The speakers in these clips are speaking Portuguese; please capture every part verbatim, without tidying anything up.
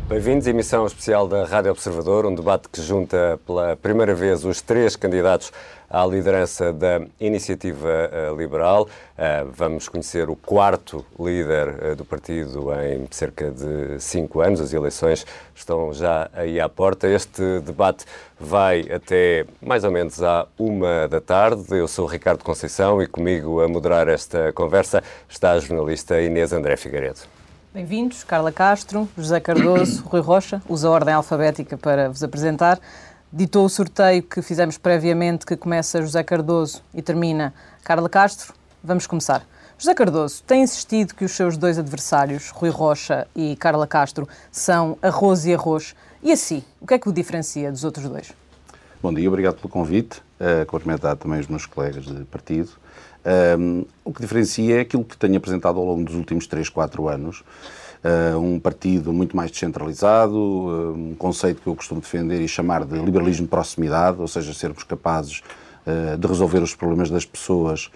Bem-vindos à emissão especial da Rádio Observador, um debate que junta pela primeira vez os três candidatos à liderança da Iniciativa Liberal. Vamos conhecer o quarto líder do partido em cerca de cinco anos. As eleições estão já aí à porta. Este debate vai até mais ou menos à uma da tarde. Eu sou o Ricardo Conceição e comigo a moderar esta conversa está a jornalista Inês André Figueiredo. Bem-vindos, Carla Castro, José Cardoso, Rui Rocha. Usa a ordem alfabética para vos apresentar. Ditou o sorteio que fizemos previamente, que começa José Cardoso e termina Carla Castro. Vamos começar. José Cardoso tem insistido que os seus dois adversários, Rui Rocha e Carla Castro, são arroz e arroz. E assim, o que é que o diferencia dos outros dois? Bom dia, obrigado pelo convite. Uh, cumprimentar também os meus colegas de partido. Um, o que diferencia é aquilo que tenho apresentado ao longo dos últimos três, quatro anos. Uh, um partido muito mais descentralizado, uh, um conceito que eu costumo defender e chamar de liberalismo de proximidade, ou seja, sermos capazes uh, de resolver os problemas das pessoas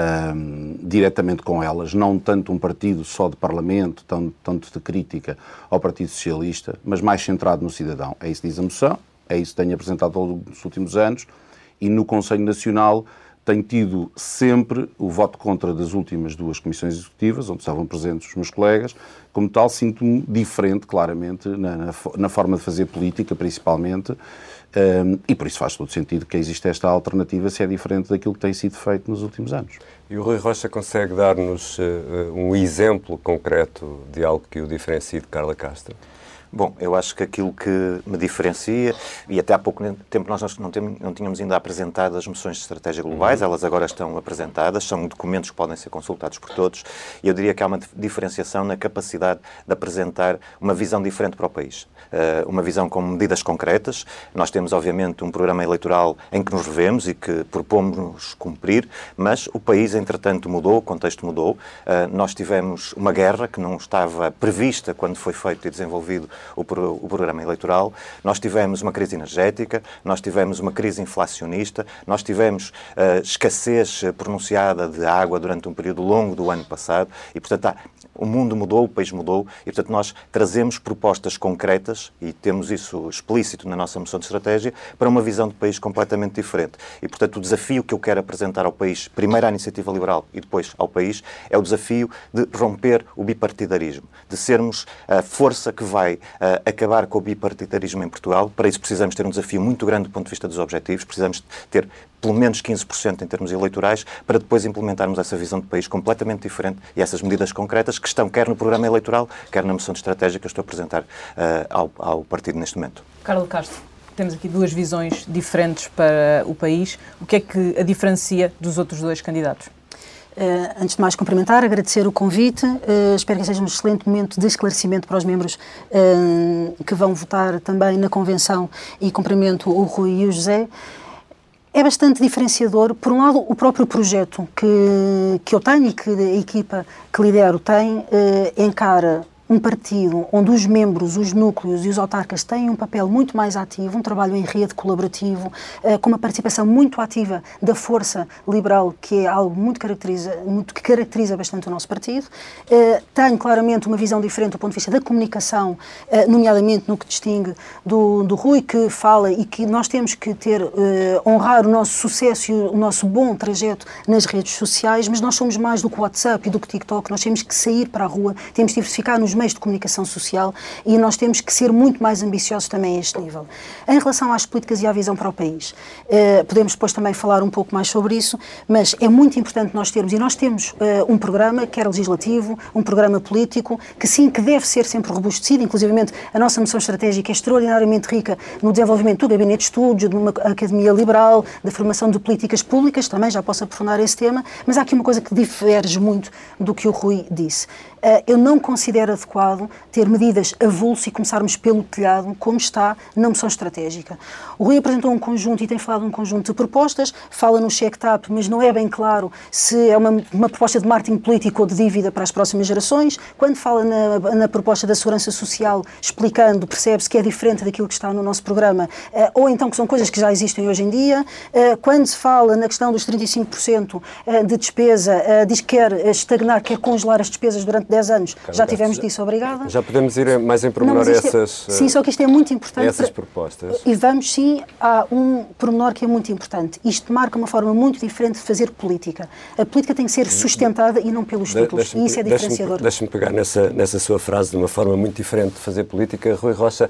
uh, diretamente com elas, não tanto um partido só de parlamento, tanto, tanto de crítica ao Partido Socialista, mas mais centrado no cidadão. É isso que diz a moção, é isso que tenho apresentado ao longo dos últimos anos, e no Conselho Nacional tenho tido sempre o voto contra das últimas duas comissões executivas, onde estavam presentes os meus colegas. Como tal, sinto-me diferente, claramente, na, na, na forma de fazer política, principalmente, um, e por isso faz todo sentido que existe esta alternativa, se é diferente daquilo que tem sido feito nos últimos anos. E o Rui Rocha consegue dar-nos uh, um exemplo concreto de algo que o diferencie de Carla Castro? Bom, eu acho que aquilo que me diferencia, e até há pouco tempo nós não, temos, não tínhamos ainda apresentado as moções de estratégia globais, uhum. Elas agora estão apresentadas, são documentos que podem ser consultados por todos, e eu diria que há uma diferenciação na capacidade de apresentar uma visão diferente para o país. Uh, uma visão com medidas concretas. Nós temos, obviamente, um programa eleitoral em que nos revemos e que propomos cumprir, mas o país, entretanto, mudou, o contexto mudou. Uh, nós tivemos uma guerra que não estava prevista quando foi feito e desenvolvido O, pro, o programa eleitoral, nós tivemos uma crise energética, nós tivemos uma crise inflacionista, nós tivemos uh, escassez pronunciada de água durante um período longo do ano passado e, portanto, há, o mundo mudou, o país mudou e, portanto, nós trazemos propostas concretas e temos isso explícito na nossa moção de estratégia para uma visão de país completamente diferente. E, portanto, o desafio que eu quero apresentar ao país, primeiro à Iniciativa Liberal e depois ao país, é o desafio de romper o bipartidarismo, de sermos a força que vai Uh, acabar com o bipartidarismo em Portugal. Para isso precisamos ter um desafio muito grande do ponto de vista dos objetivos, precisamos ter pelo menos quinze por cento em termos eleitorais para depois implementarmos essa visão de país completamente diferente e essas medidas concretas que estão quer no programa eleitoral, quer na moção de estratégia que eu estou a apresentar uh, ao, ao partido neste momento. Carla Castro, temos aqui duas visões diferentes para o país. O que é que a diferencia dos outros dois candidatos? Uh, antes de mais cumprimentar, agradecer o convite, uh, espero que seja um excelente momento de esclarecimento para os membros uh, que vão votar também na Convenção, e cumprimento o Rui e o José. É bastante diferenciador, por um lado, o próprio projeto que, que eu tenho e que a equipa que lidero tem, uh, encara um partido onde os membros, os núcleos e os autarcas têm um papel muito mais ativo, um trabalho em rede colaborativo, uh, com uma participação muito ativa da força liberal, que é algo muito, caracteriza, muito que caracteriza bastante o nosso partido. Uh, tem claramente uma visão diferente do ponto de vista da comunicação, uh, nomeadamente no que distingue do, do Rui, que fala e que nós temos que ter, uh, honrar o nosso sucesso e o nosso bom trajeto nas redes sociais, mas nós somos mais do que o WhatsApp e do que o TikTok, nós temos que sair para a rua, temos que diversificar nos meios de comunicação social e nós temos que ser muito mais ambiciosos também a este nível. Em relação às políticas e à visão para o país, eh, podemos depois também falar um pouco mais sobre isso, mas é muito importante nós termos, e nós temos eh, um programa, quer legislativo, um programa político, que sim, que deve ser sempre robustecido, inclusivamente a nossa moção estratégica é extraordinariamente rica no desenvolvimento do gabinete de estudos, de uma academia liberal, da formação de políticas públicas, também já posso aprofundar esse tema, mas há aqui uma coisa que diverge muito do que o Rui disse. Eu não considero adequado ter medidas avulso e começarmos pelo telhado, como está na moção estratégica. O Rui apresentou um conjunto e tem falado de um conjunto de propostas, fala no check-up, mas não é bem claro se é uma, uma proposta de marketing político ou de dívida para as próximas gerações. Quando fala na, na proposta da segurança social, explicando, percebe-se que é diferente daquilo que está no nosso programa, ou então que são coisas que já existem hoje em dia. Quando se fala na questão dos trinta e cinco por cento de despesa, diz que quer estagnar, quer congelar as despesas durante dez anos. Carla já tivemos Castro, Justiça Obrigada. Já podemos ir mais em pormenor a essas, é, sim, só que isto é muito importante. essas para, propostas. E vamos, sim, a um pormenor que é muito importante. Isto marca uma forma muito diferente de fazer política. A política tem que ser sustentada e não pelos títulos. E isso é diferenciador. Deixe-me pegar nessa, nessa sua frase de uma forma muito diferente de fazer política. Rui Rocha,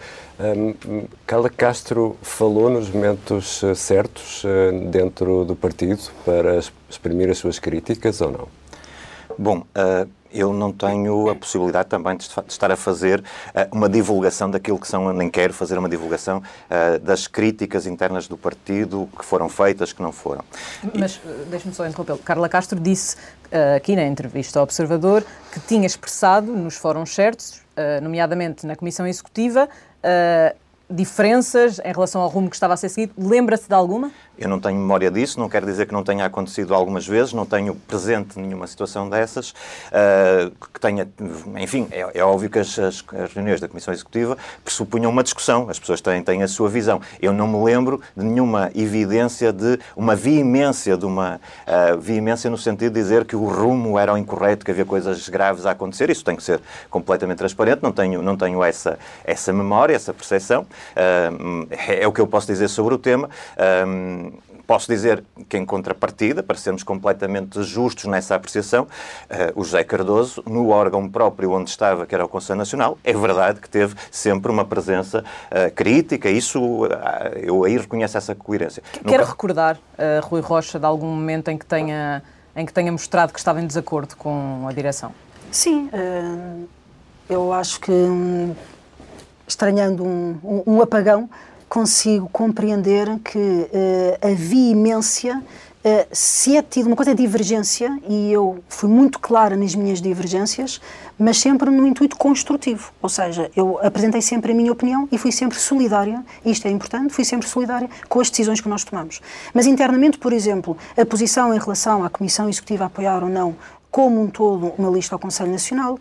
um, Carla Castro falou nos momentos certos uh, dentro do partido para exprimir as suas críticas ou não? Bom, uh, eu não tenho a possibilidade também de estar a fazer uh, uma divulgação daquilo que são, nem quero fazer uma divulgação uh, das críticas internas do partido que foram feitas, que não foram. Mas, uh, deixe-me só interrompê-lo. Carla Castro disse uh, aqui na entrevista ao Observador que tinha expressado nos fóruns certos, uh, nomeadamente na Comissão Executiva, uh, diferenças em relação ao rumo que estava a ser seguido. Lembra-se de alguma? Eu não tenho memória disso, não quero dizer que não tenha acontecido algumas vezes, não tenho presente nenhuma situação dessas, uh, que tenha, enfim, é, é óbvio que as, as, as reuniões da Comissão Executiva pressupunham uma discussão, as pessoas têm, têm a sua visão. Eu não me lembro de nenhuma evidência de uma veemência, de uma uh, veemência no sentido de dizer que o rumo era o incorreto, que havia coisas graves a acontecer, isso tem que ser completamente transparente, não tenho, não tenho essa, essa memória, essa percepção, uh, é, é o que eu posso dizer sobre o tema. Uh, Posso dizer que, em contrapartida, para sermos completamente justos nessa apreciação, uh, o José Cardoso, no órgão próprio onde estava, que era o Conselho Nacional, é verdade que teve sempre uma presença uh, crítica, isso, uh, eu aí reconheço essa coerência. Quer Nunca... recordar, uh, Rui Rocha, de algum momento em que, tenha, em que tenha mostrado que estava em desacordo com a direção? Sim, uh, eu acho que, um, estranhando um, um, um apagão, consigo compreender que uh, a veemência, uh, se é tido uma coisa é divergência, e eu fui muito clara nas minhas divergências, mas sempre no intuito construtivo. Ou seja, eu apresentei sempre a minha opinião e fui sempre solidária, isto é importante, fui sempre solidária com as decisões que nós tomamos. Mas internamente, por exemplo, a posição em relação à Comissão Executiva apoiar ou não como um todo, uma lista ao Conselho Nacional, uh,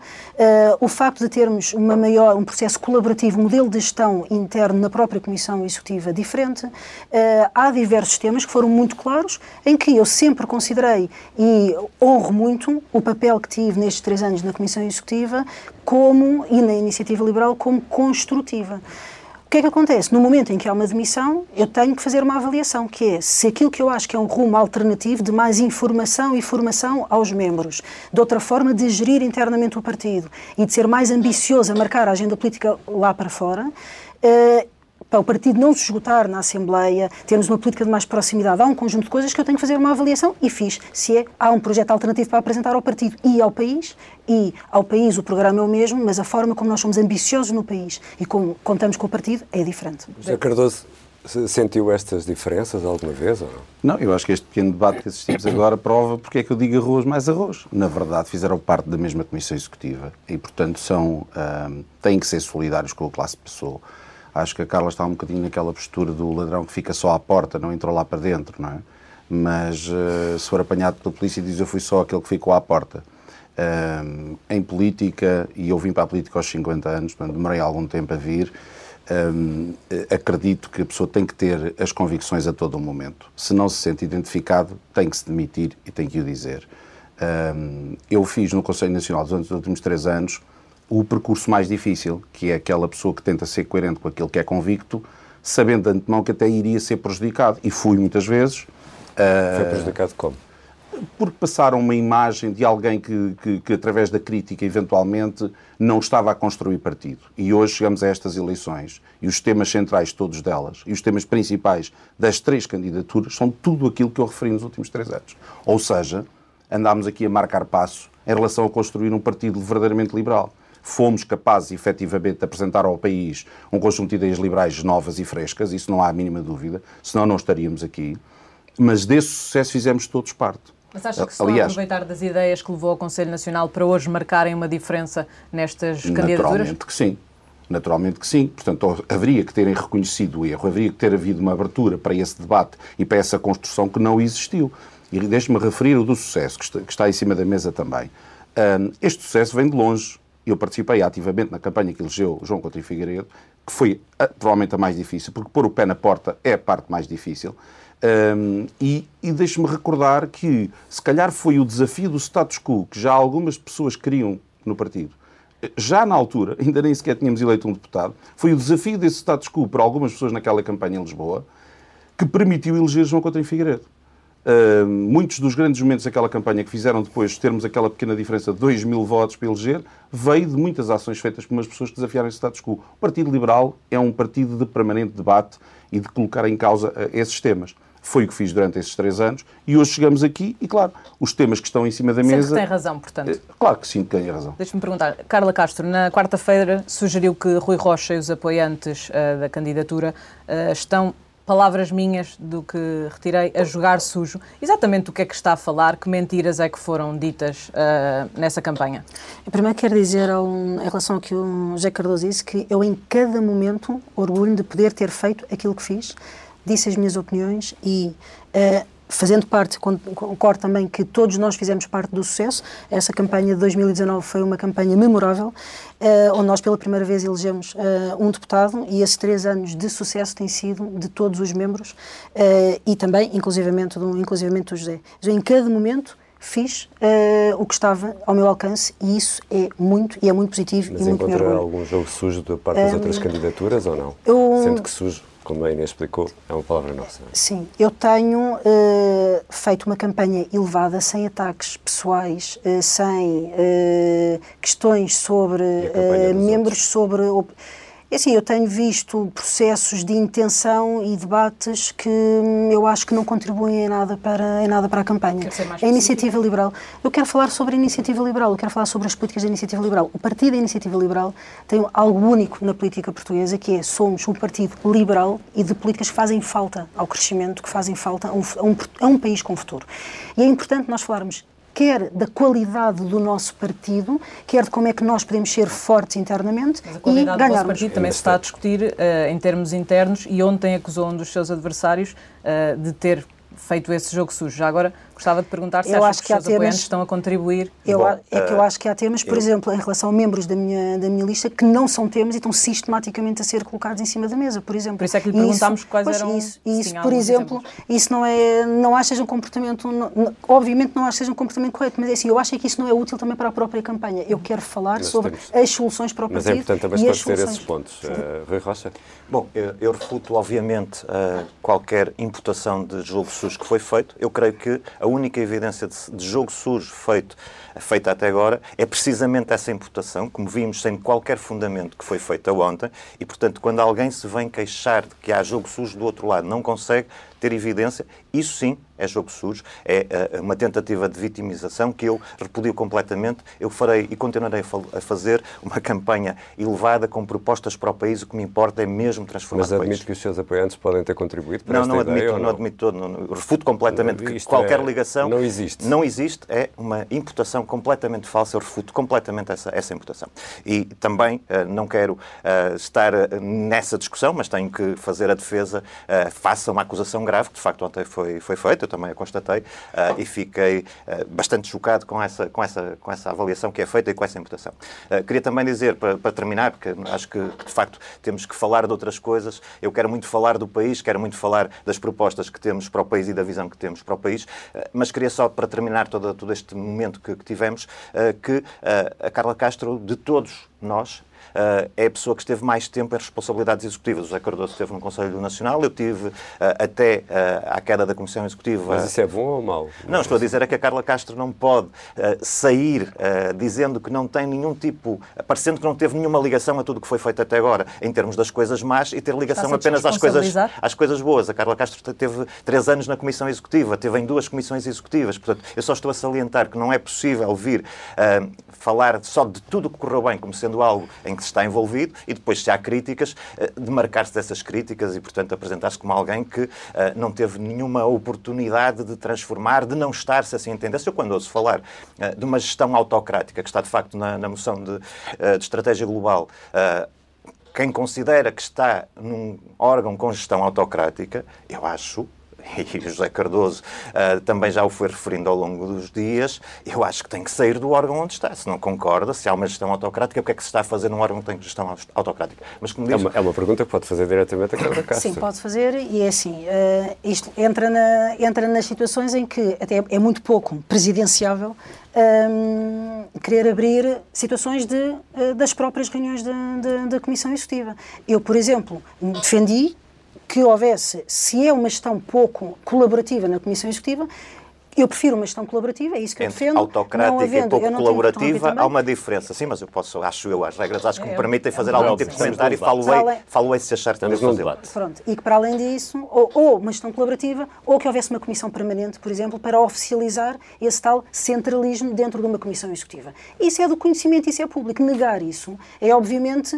o facto de termos uma maior, um processo colaborativo, um modelo de gestão interno na própria Comissão Executiva diferente, uh, há diversos temas que foram muito claros, em que eu sempre considerei e honro muito o papel que tive nestes três anos na Comissão Executiva como, e na Iniciativa Liberal como construtiva. O que é que acontece? No momento em que há uma demissão, eu tenho que fazer uma avaliação, que é se aquilo que eu acho que é um rumo alternativo de mais informação e formação aos membros, de outra forma de gerir internamente o partido e de ser mais ambicioso a marcar a agenda política lá para fora, uh, para o partido não se esgotar na Assembleia, termos uma política de mais proximidade, há um conjunto de coisas que eu tenho que fazer uma avaliação e fiz. Se é, há um projeto alternativo para apresentar ao partido e ao país, e ao país o programa é o mesmo, mas a forma como nós somos ambiciosos no país e como contamos com o partido é diferente. José Cardoso, sentiu estas diferenças alguma vez ou não? Não, eu acho que este pequeno debate que assistimos agora prova porque é que eu digo arroz mais arroz. Na verdade, fizeram parte da mesma Comissão Executiva e, portanto, são, hum, têm que ser solidários com a classe que passou. Acho que a Carla está um bocadinho naquela postura do ladrão que fica só à porta, não entrou lá para dentro, não é? Mas uh, se for apanhado pela polícia diz eu fui só aquele que ficou à porta. Um, em política, e eu vim para a política aos cinquenta anos, portanto demorei algum tempo a vir, um, acredito que a pessoa tem que ter as convicções a todo o momento. Se não se sente identificado, tem que se demitir e tem que o dizer. Um, eu fiz no Conselho Nacional dos últimos três anos o percurso mais difícil, que é aquela pessoa que tenta ser coerente com aquilo que é convicto, sabendo de antemão que até iria ser prejudicado. E fui muitas vezes. Uh, Foi prejudicado como? Porque passaram uma imagem de alguém que, que, que, através da crítica, eventualmente, não estava a construir partido. E hoje chegamos a estas eleições, e os temas centrais todos delas, e os temas principais das três candidaturas, são tudo aquilo que eu referi nos últimos três anos. Ou seja, andámos aqui a marcar passo em relação a construir um partido verdadeiramente liberal. Fomos capazes, efetivamente, de apresentar ao país um conjunto de ideias liberais novas e frescas, isso não há a mínima dúvida, senão não estaríamos aqui. Mas desse sucesso fizemos todos parte. Mas acha que se estão a aproveitar das ideias que levou ao Conselho Nacional para hoje marcarem uma diferença nestas candidaturas? Naturalmente que sim. Naturalmente que sim. Portanto, haveria que terem reconhecido o erro, haveria que ter havido uma abertura para esse debate e para essa construção que não existiu. E deixe-me referir o do sucesso, que está, que está em cima da mesa também. Um, este sucesso vem de longe. Eu participei ativamente na campanha que elegeu João Coutinho Figueiredo, que foi a, provavelmente a mais difícil, porque pôr o pé na porta é a parte mais difícil. Um, e e deixe-me recordar que, se calhar, foi o desafio do status quo, que já algumas pessoas queriam no partido, já na altura, ainda nem sequer tínhamos eleito um deputado, foi o desafio desse status quo para algumas pessoas naquela campanha em Lisboa que permitiu eleger João Coutinho Figueiredo. Uh, muitos dos grandes momentos daquela campanha que fizeram depois termos aquela pequena diferença de dois mil votos para eleger, veio de muitas ações feitas por umas pessoas que desafiaram esse status quo. O Partido Liberal é um partido de permanente debate e de colocar em causa uh, esses temas. Foi o que fiz durante esses três anos e hoje chegamos aqui e, claro, os temas que estão em cima da mesa... Sempre tem razão, portanto. Uh, claro que sim, tem razão. Deixa-me perguntar. Carla Castro, na quarta-feira sugeriu que Rui Rocha e os apoiantes uh, da candidatura uh, estão... palavras minhas do que retirei, a jogar sujo. Exatamente o que é que está a falar? Que mentiras é que foram ditas uh, nessa campanha? Eu primeiro quero dizer, ao, em relação ao que o José Cardoso disse, que eu em cada momento orgulho de poder ter feito aquilo que fiz, disse as minhas opiniões e... Uh, fazendo parte, concordo também que todos nós fizemos parte do sucesso. Essa campanha de dois mil e dezanove foi uma campanha memorável, uh, onde nós pela primeira vez elegemos uh, um deputado e esses três anos de sucesso têm sido de todos os membros uh, e também, inclusivamente do, inclusivamente do José. Eu, em cada momento, fiz uh, o que estava ao meu alcance e isso é muito, e é muito positivo. Mas e muito encontra algum jogo sujo da parte das um, outras candidaturas ou não? Eu, Sendo que sujo, como a Inês explicou, é uma palavra nossa. Sim, eu tenho uh, feito uma campanha elevada, sem ataques pessoais, uh, sem uh, questões sobre uh, membros, outros? sobre... É assim, eu tenho visto processos de intenção e debates que eu acho que não contribuem em nada para, em nada para a campanha. A Iniciativa Liberal, eu quero falar sobre a Iniciativa Liberal, eu quero falar sobre as políticas da Iniciativa Liberal. O Partido da Iniciativa Liberal tem algo único na política portuguesa, que é, somos um partido liberal e de políticas que fazem falta ao crescimento, que fazem falta a um, a um, a um país com futuro. E é importante nós falarmos quer da qualidade do nosso partido, quer de como é que nós podemos ser fortes internamente Mas a qualidade e ganharmos. do vosso partido também se está a discutir uh, em termos internos e ontem acusou um dos seus adversários uh, de ter feito esse jogo sujo. Já agora gostava de perguntar se eu acha acho que, que os seus temas, apoiantes estão a contribuir. Eu, Bom, é que eu uh, acho que há temas, por eu, exemplo, em relação a membros da minha, da minha lista, que não são temas e estão sistematicamente a ser colocados em cima da mesa, por exemplo. Por isso é que lhe perguntámos quais pois, eram... Isso, isso por exemplo, exemplos. isso não é... Não acho que seja um comportamento... Não, não, obviamente não acho que seja um comportamento correto, mas é assim, eu acho que isso não é útil também para a própria campanha. Eu quero falar mas sobre temos, as soluções para o partido. Mas é importante também esclarecer esses pontos. Uh, Rui Rocha? Bom, eu, eu refuto, obviamente, uh, qualquer imputação de jogo sujo que foi feito. Eu creio que a única evidência de, de jogo sujo feito, feita até agora é precisamente essa imputação, como vimos, sem qualquer fundamento, que foi feita ontem, e, portanto, quando alguém se vem queixar de que há jogo sujo do outro lado, não consegue ter evidência, isso sim é jogo sujo, é uh, uma tentativa de vitimização que eu repudio completamente. Eu farei e continuarei a fazer uma campanha elevada com propostas para o país. O que me importa é mesmo transformar Mas o país. Mas admite que os seus apoiantes podem ter contribuído para não, esta não ideia? Admito, não, não admito todo. Não, não, refuto completamente que qualquer é, ligação... Não existe. Não existe. É uma imputação completamente falsa. Eu refuto completamente essa, essa imputação. E também uh, não quero uh, estar uh, nessa discussão, mas tenho que fazer a defesa uh, face a uma acusação grave, que de facto ontem foi, foi feita, eu também a constatei, Uh, e fiquei uh, bastante chocado com essa, com, essa, com essa avaliação que é feita e com essa imputação. Uh, queria também dizer, para, para terminar, porque acho que, que de facto temos que falar de outras coisas, eu quero muito falar do país, quero muito falar das propostas que temos para o país e da visão que temos para o país, uh, mas queria só, para terminar todo, todo este momento que, que tivemos, uh, que uh, a Carla Castro, de todos nós, Uh, é a pessoa que esteve mais tempo em responsabilidades executivas. O José Cardoso esteve no Conselho Nacional, eu tive uh, até uh, à queda da Comissão Executiva... Mas isso é bom ou mau? Não, não estou a dizer é que a Carla Castro não pode uh, sair uh, dizendo que não tem nenhum tipo... parecendo que não teve nenhuma ligação a tudo o que foi feito até agora, em termos das coisas más, e ter ligação apenas às coisas, às coisas boas. A Carla Castro teve três anos na Comissão Executiva, teve em duas comissões executivas. Portanto, eu só estou a salientar que não é possível vir uh, falar só de tudo o que correu bem como sendo algo em que se está envolvido, e depois, se há críticas, demarcar-se dessas críticas e, portanto, apresentar-se como alguém que uh, não teve nenhuma oportunidade de transformar, de não estar, se assim entender-se. Eu, quando ouço falar uh, de uma gestão autocrática, que está, de facto, na, na moção de, uh, de estratégia global, uh, quem considera que está num órgão com gestão autocrática, eu acho e o José Cardoso uh, também já o foi referindo ao longo dos dias, eu acho que tem que sair do órgão onde está. Se não concorda, se há uma gestão autocrática, o que é que se está a fazer num órgão que tem gestão autocrática? Mas como diz... é, uma, é uma pergunta que pode fazer diretamente a Carla Castro. Sim, pode fazer, e é assim, uh, isto entra, na, entra nas situações em que até é muito pouco presidenciável um, querer abrir situações de, uh, das próprias reuniões da Comissão Executiva. Eu, por exemplo, defendi que houvesse, se é uma gestão pouco colaborativa na Comissão Executiva, eu prefiro uma gestão colaborativa, é isso que eu Entre defendo. autocrática havendo, e pouco colaborativa há uma também. diferença. Sim, mas eu posso, acho eu, as regras acho que me É, permitem é fazer um algum debate. tipo de comentário e falo-ei falo se achar que Estamos num debate. Pronto, e que para além disso, ou, ou uma gestão colaborativa, ou que houvesse uma comissão permanente, por exemplo, para oficializar esse tal centralismo dentro de uma Comissão Executiva. Isso é do conhecimento, isso é público. Negar isso é, obviamente,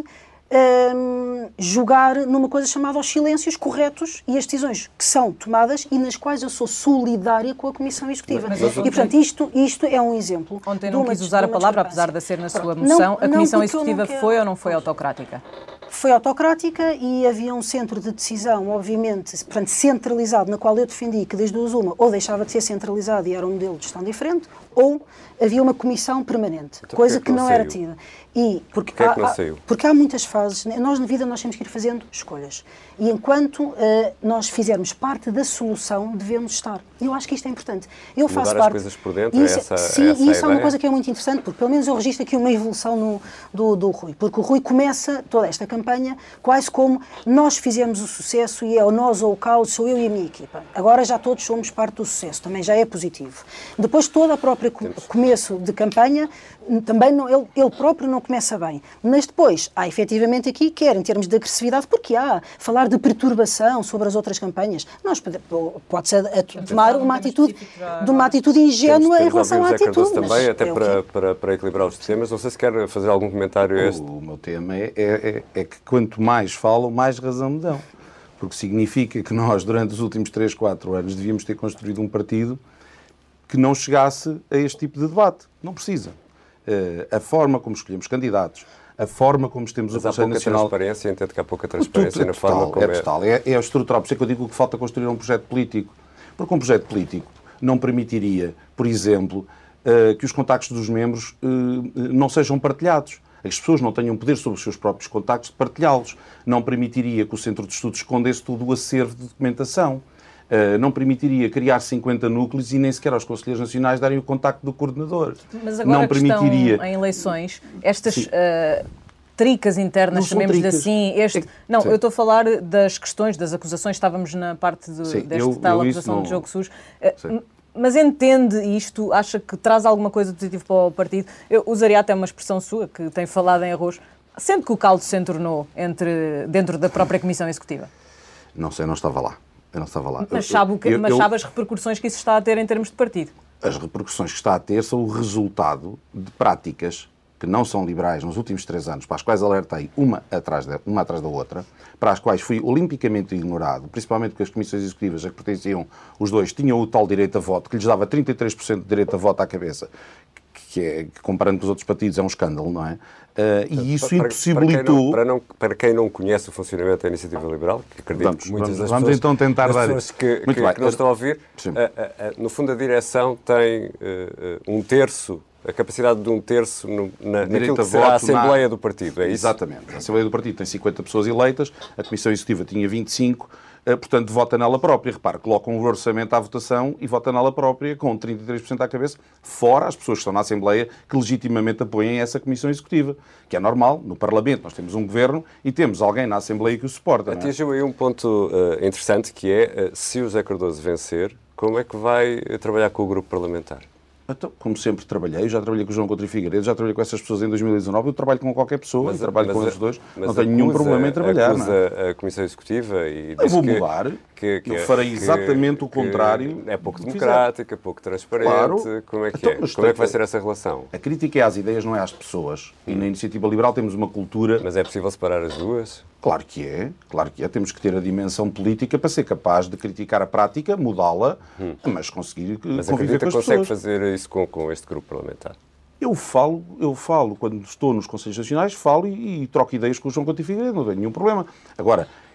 Um, jogar numa coisa chamada os silêncios corretos e as decisões que são tomadas e nas quais eu sou solidária com a Comissão Executiva. Mas, mas, e, portanto, isto, isto é um exemplo. Ontem não quis usar a palavra, apesar de ser na sua Não, moção. A não, Comissão porque eu não Executiva quero- foi ou não foi autocrática? Foi autocrática e havia um centro de decisão, obviamente, portanto, centralizado, na qual eu defendi que das duas uma, ou deixava de ser centralizado e era um modelo de gestão diferente, ou havia uma comissão permanente, Então, coisa porque é que que não não era saiu? tida. E porque, Porquê é há, que não há- saiu? porque há muitas fases, nós na vida nós temos que ir fazendo escolhas. E enquanto eh, nós fizermos parte da solução, devemos estar. E eu acho que isto é importante. Eu Mudar faço as parte... coisas por dentro, e isso, é essa- sim, é essa e a isso é uma ideia? coisa que é muito interessante, porque pelo menos eu registro aqui uma evolução no, do, do Rui. Porque o Rui começa toda esta campanha quase como nós fizemos o sucesso e é o nós ou o caos, sou eu e a minha equipa. Agora já todos somos parte do sucesso, também já é positivo. Depois toda a própria com, começo de campanha, também não, ele, ele próprio não começa bem. Mas depois há efetivamente aqui, quer em termos de agressividade, porque há falar de perturbação sobre as outras campanhas. Nós pode- pode-se a- a tomar uma atitude, de uma atitude ingênua em relação à José atitude. Cardoso mas também, até é o que para, é. para, para equilibrar os temas. Não sei se quer fazer algum comentário a este. O meu tema é, é, é que quanto mais falam, mais razão me dão. Porque significa que nós, durante os últimos três, quatro anos, devíamos ter construído um partido que não chegasse a este tipo de debate. Não precisa. Uh, a forma como escolhemos candidatos, a forma como temos Mas o há Conselho pouca Nacional... transparência, entendo que há pouca Tudo, transparência é na total, forma como é total, é, é estrutural. Por isso é que eu digo que falta construir um projeto político. Porque um projeto político não permitiria, por exemplo, uh, que os contactos dos membros uh, não sejam partilhados. As pessoas não tenham poder sobre os seus próprios contactos de partilhá-los. Não permitiria que o Centro de Estudos escondesse todo o acervo de documentação. Uh, não permitiria criar cinquenta núcleos e nem sequer aos Conselheiros Nacionais darem o contacto do coordenador. Mas agora não que permitiria... estão em eleições, estas Sim. uh, tricas internas, Não são chamemos-lhe tricas. assim, este... É- Não, Sim. eu estou a falar das questões, das acusações, estávamos na parte de, Sim, deste eu- tal eu isso acusação não- de jogo sujo. Sim. Uh, Mas entende isto? Acha que traz alguma coisa positiva para o partido? Eu usaria até uma expressão sua, que tem falado em arroz, sendo que o caldo se entornou entre, dentro da própria Comissão Executiva. Não sei, não estava lá. Eu não estava lá. Mas Eu- sabe, o que, eu- mas eu- sabe as repercussões que isso está a ter em termos de partido? As repercussões que está a ter são o resultado de práticas que não são liberais nos últimos três anos, para as quais alertei uma atrás da, uma atrás da outra, para as quais fui olimpicamente ignorado, principalmente porque as comissões executivas a que pertenciam os dois tinham o tal direito a voto, que lhes dava trinta e três por cento de direito a voto à cabeça, que, é, que comparando com os outros partidos é um escândalo, não é? Uh, e isso Para- para- impossibilitou... Para quem, não, para, não, para quem não conhece o funcionamento da Iniciativa Liberal, que acredito Vamos- que muitas vamos- das vamos pessoas, então tentar das dar- pessoas que, Muito que, bem. que não estão a ouvir, Sim. a- a- a- no fundo a direção tem uh, uh, um terço, a capacidade de um terço no, na, naquilo que a será a voto na- Assembleia do Partido, é isso? Exatamente. A Assembleia do Partido tem cinquenta pessoas eleitas, a Comissão Executiva tinha vinte e cinco, eh, portanto vota nela própria. Repare, colocam o orçamento à votação e vota nela própria com trinta e três por cento à cabeça, fora as pessoas que estão na Assembleia que legitimamente apoiem essa Comissão Executiva, que é normal. No Parlamento nós temos um governo e temos alguém na Assembleia que o suporta. Não é? Atingiu aí um ponto uh, interessante que é, uh, se o José Cardoso vencer, como é que vai uh, trabalhar com o grupo parlamentar? Então, como sempre trabalhei, já trabalhei com o João Coutinho Figueiredo, já trabalhei com essas pessoas em dois mil e dezanove, eu trabalho com qualquer pessoa, Mas, eu trabalho mas, com os dois, mas não tenho nenhum acusa- problema em trabalhar. acusa Não é? a Comissão Executiva e Eu diz vou que, mudar, que, que eu farei que- exatamente o que contrário é pouco do que democrática, pouco transparente. Claro. Como é que Então, é? mas Como é que vai tem- ser essa relação? A crítica é às ideias, não é às pessoas. E na Iniciativa Liberal temos uma cultura... Mas é possível separar as duas? Claro que é, claro que é. Temos que ter a dimensão política para ser capaz de criticar a prática, mudá-la, mas conseguir Mas conviver acredita com que as consegue pessoas. fazer isso com, com este grupo parlamentar? Eu falo, eu falo, quando estou nos Conselhos Nacionais, falo e, e troco ideias com o João Coutinho Figueiredo, não tenho nenhum problema. Agora,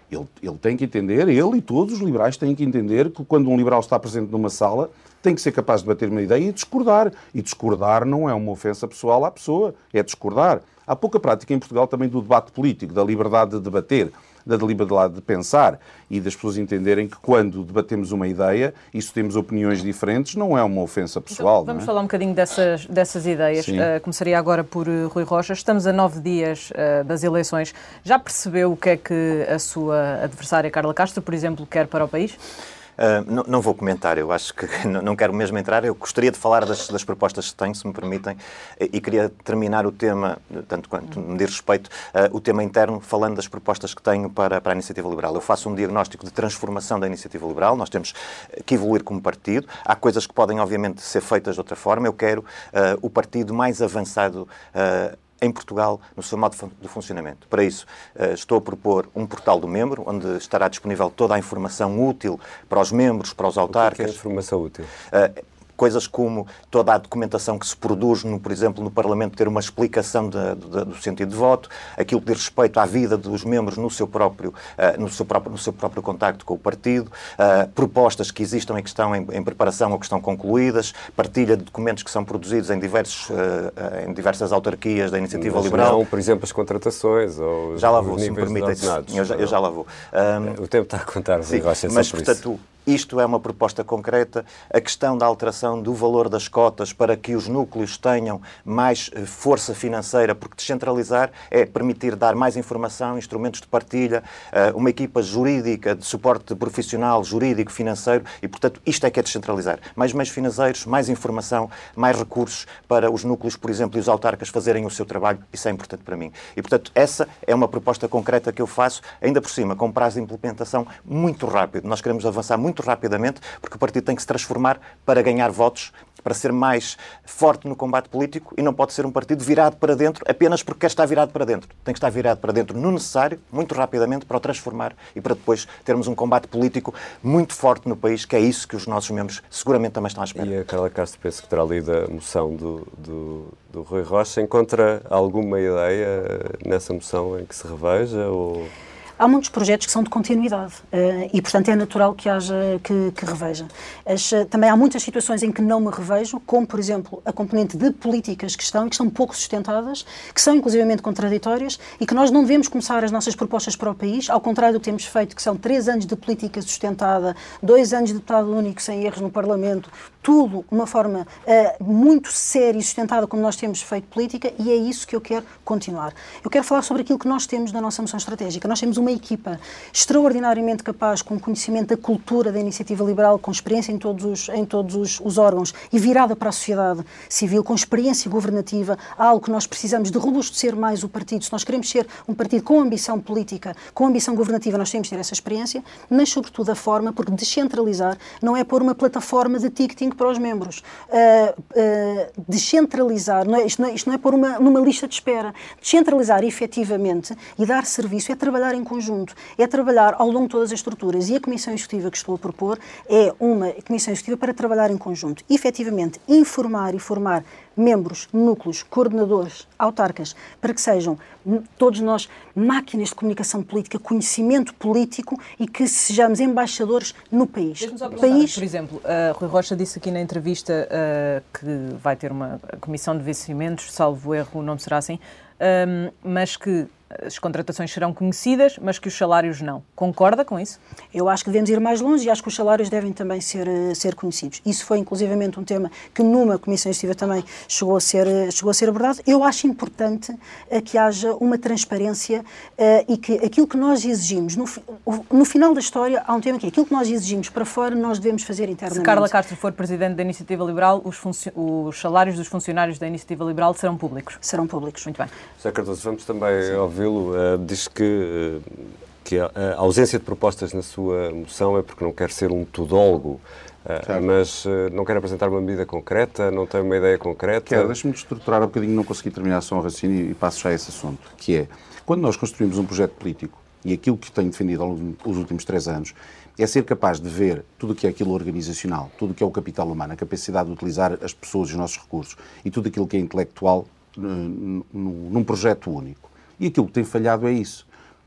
Ele, ele tem que entender, ele e todos os liberais têm que entender que quando um liberal está presente numa sala, tem que ser capaz de bater uma ideia e discordar. E discordar não é uma ofensa pessoal à pessoa, é discordar. Há pouca prática em Portugal também do debate político, da liberdade de debater, da liberdade de pensar e das pessoas entenderem que quando debatemos uma ideia e se temos opiniões diferentes, não é uma ofensa pessoal. Então, vamos não é? falar um bocadinho dessas, dessas ideias. Uh, começaria agora por uh, Rui Rocha. Estamos a nove dias uh, das eleições. Já percebeu o que é que a sua adversária Carla Castro, por exemplo, quer para o país? Uh, não, não vou comentar, eu acho que não, não quero mesmo entrar. Eu gostaria de falar das, das propostas que tenho, se me permitem, e queria terminar o tema, tanto quanto me diz respeito, uh, o tema interno, falando das propostas que tenho para, para a Iniciativa Liberal. Eu faço um diagnóstico de transformação da Iniciativa Liberal, nós temos que evoluir como partido. Há coisas que podem, obviamente, ser feitas de outra forma. Eu quero uh, o partido mais avançado uh, em Portugal, no seu modo de funcionamento. Para isso, estou a propor um portal do membro, onde estará disponível toda a informação útil para os membros, para os autarcas. O que é informação útil? Coisas como toda a documentação que se produz, no, por exemplo, no Parlamento, ter uma explicação de, de, do sentido de voto, aquilo que diz respeito à vida dos membros no seu próprio, uh, no seu próprio, no seu próprio contacto com o partido, uh, propostas que existam e que estão em, em preparação ou que estão concluídas, partilha de documentos que são produzidos em, diversos, uh, uh, em diversas autarquias da Iniciativa Mas Liberal. Não, por exemplo, as contratações ou já lá vou, os se me níveis permitem. de Eu já, eu já lá vou. Um, o tempo está a contar, sim, Rocha, mas, sobre portanto, isso. Isto é uma proposta concreta. A questão da alteração do valor das cotas para que os núcleos tenham mais força financeira, porque descentralizar é permitir dar mais informação, instrumentos de partilha, uma equipa jurídica de suporte profissional, jurídico, financeiro e, portanto, isto é que é descentralizar. Mais meios financeiros, mais informação, mais recursos para os núcleos, por exemplo, e os autarcas fazerem o seu trabalho. Isso é importante para mim. E, portanto, essa é uma proposta concreta que eu faço, ainda por cima, com prazo de implementação muito rápido. Nós queremos avançar muito rapidamente, porque o partido tem que se transformar para ganhar votos, para ser mais forte no combate político e não pode ser um partido virado para dentro apenas porque quer estar virado para dentro. Tem que estar virado para dentro no necessário, muito rapidamente, para o transformar e para depois termos um combate político muito forte no país, que é isso que os nossos membros seguramente também estão à espera. E a Carla Castro, penso que terá lido a moção do, do, do Rui Rocha. Encontra alguma ideia nessa moção em que se reveja ou... Há muitos projetos que são de continuidade uh, e, portanto, é natural que haja, que, que reveja. As, uh, também há muitas situações em que não me revejo, como, por exemplo, a componente de políticas que estão, que estão pouco sustentadas, que são inclusivamente contraditórias e que nós não devemos começar as nossas propostas para o país, ao contrário do que temos feito, que são três anos de política sustentada, dois anos de deputado único sem erros no Parlamento, tudo de uma forma uh, muito séria e sustentada como nós temos feito política, e é isso que eu quero continuar. Eu quero falar sobre aquilo que nós temos na nossa moção estratégica. Nós temos uma equipa extraordinariamente capaz, com conhecimento da cultura da Iniciativa Liberal, com experiência em todos os, em todos os, os órgãos e virada para a sociedade civil, com experiência governativa, algo que nós precisamos de robustecer mais o partido. Se nós queremos ser um partido com ambição política, com ambição governativa, nós temos de ter essa experiência, mas sobretudo a forma, porque descentralizar não é pôr uma plataforma de ticketing para os membros. Uh, uh, descentralizar, não é, isto, não é, isto não é pôr uma, numa lista de espera. Descentralizar efetivamente e dar serviço é trabalhar em conjunto, é trabalhar ao longo de todas as estruturas, e a Comissão Executiva que estou a propor é uma Comissão Executiva para trabalhar em conjunto. Efetivamente, informar e formar membros, núcleos, coordenadores, autarcas, para que sejam todos nós máquinas de comunicação política, conhecimento político e que sejamos embaixadores no país. Deixa-me só país... Por exemplo, uh, Rui Rocha disse aqui na entrevista uh, que vai ter uma comissão de vencimentos, salvo erro, não será assim, um, mas que as contratações serão conhecidas, mas que os salários não. Concorda com isso? Eu acho que devemos ir mais longe e acho que os salários devem também ser, ser conhecidos. Isso foi, inclusivamente, um tema que numa Comissão Executiva também chegou a ser, chegou a ser abordado. Eu acho importante uh, que haja uma transparência uh, e que aquilo que nós exigimos, no, no final da história, há um tema que é aquilo que nós exigimos para fora, nós devemos fazer internamente. Se Carla Castro for Presidente da Iniciativa Liberal, os, os salários dos funcionários da Iniciativa Liberal serão públicos? Serão públicos. Muito bem. José Cardoso, vamos também ouvir. Uh, diz que, uh, que a, a ausência de propostas na sua moção é porque não quer ser um tudólogo, uh, mas uh, não quer apresentar uma medida concreta, não tem uma ideia concreta. Quero, deixa-me estruturar um bocadinho, não consegui terminar só um raciocínio e passo já a esse assunto, que é, quando nós construímos um projeto político, e aquilo que tenho defendido ao longo dos últimos três anos, é ser capaz de ver tudo o que é aquilo organizacional, tudo o que é o capital humano, a capacidade de utilizar as pessoas e os nossos recursos, e tudo aquilo que é intelectual uh, num projeto único. E aquilo que tem falhado é isso.